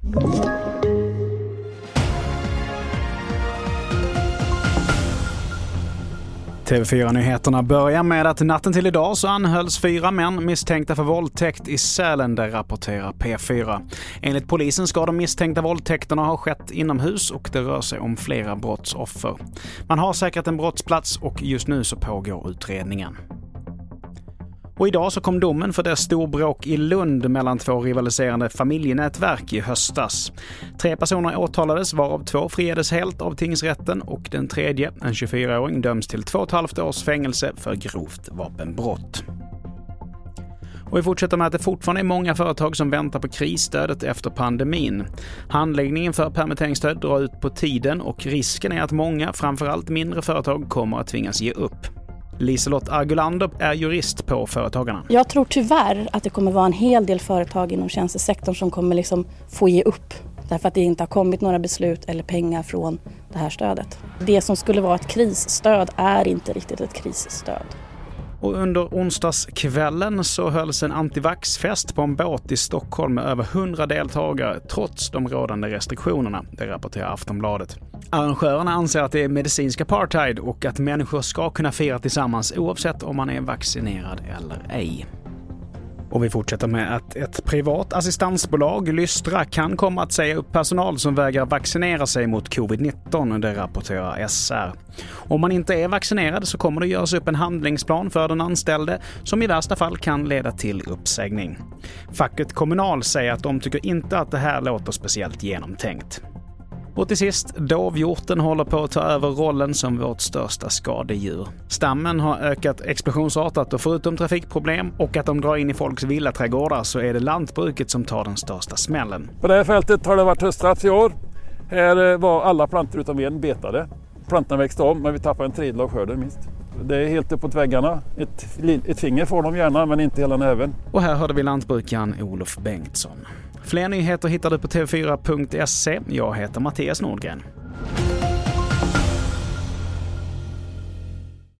TV4-nyheterna börjar med att natten till idag så anhölls 4 män misstänkta för våldtäkt i Sälen, där rapporterar P4. Enligt polisen ska de misstänkta våldtäkterna ha skett inomhus och det rör sig om flera brottsoffer. Man har säkrat en brottsplats och just nu så pågår utredningen. Och idag så kom domen för det storbråk i Lund mellan 2 rivaliserande familjenätverk i höstas. 3 personer åtalades, varav 2 friades helt av tingsrätten och den tredje, en 24-åring, döms till 2,5 års fängelse för grovt vapenbrott. Och vi fortsätter med att det fortfarande är många företag som väntar på krisstödet efter pandemin. Handläggningen för permitteringsstöd drar ut på tiden och risken är att många, framförallt mindre företag, kommer att tvingas ge upp. Liselott Argulander är jurist på Företagarna. Jag tror tyvärr att det kommer vara en hel del företag inom tjänstesektorn som kommer få ge upp. Därför att det inte har kommit några beslut eller pengar från det här stödet. Det som skulle vara ett krisstöd är inte riktigt ett krisstöd. Och under onsdagskvällen så hölls en antivaxfest på en båt i Stockholm med över 100 deltagare trots de rådande restriktionerna, det rapporterar Aftonbladet. Arrangörerna anser att det är medicinsk apartheid och att människor ska kunna fira tillsammans oavsett om man är vaccinerad eller ej. Och vi fortsätter med att ett privat assistansbolag, Lystra, kan komma att säga upp personal som vägrar vaccinera sig mot covid-19, det rapporterar SR. Om man inte är vaccinerad så kommer det göras upp en handlingsplan för den anställde som i värsta fall kan leda till uppsägning. Facket Kommunal säger att de tycker inte att det här låter speciellt genomtänkt. Och till sist, dovhjorten håller på att ta över rollen som vårt största skadedjur. Stammen har ökat explosionsartat och förutom trafikproblem och att de drar in i folks villaträdgårdar så är det lantbruket som tar den största smällen. På det här fältet har det varit höstraps i år. Här var alla plantor utom en betade. Plantorna växte om men vi tappade en tredjedel av skörden minst. Det är helt uppåt väggarna. Ett finger får de gärna men inte hela näven. Och här hörde vi lantbrukaren Olof Bengtsson. Fler nyheter hittar du på tv4.se. Jag heter Mattias Nordgren.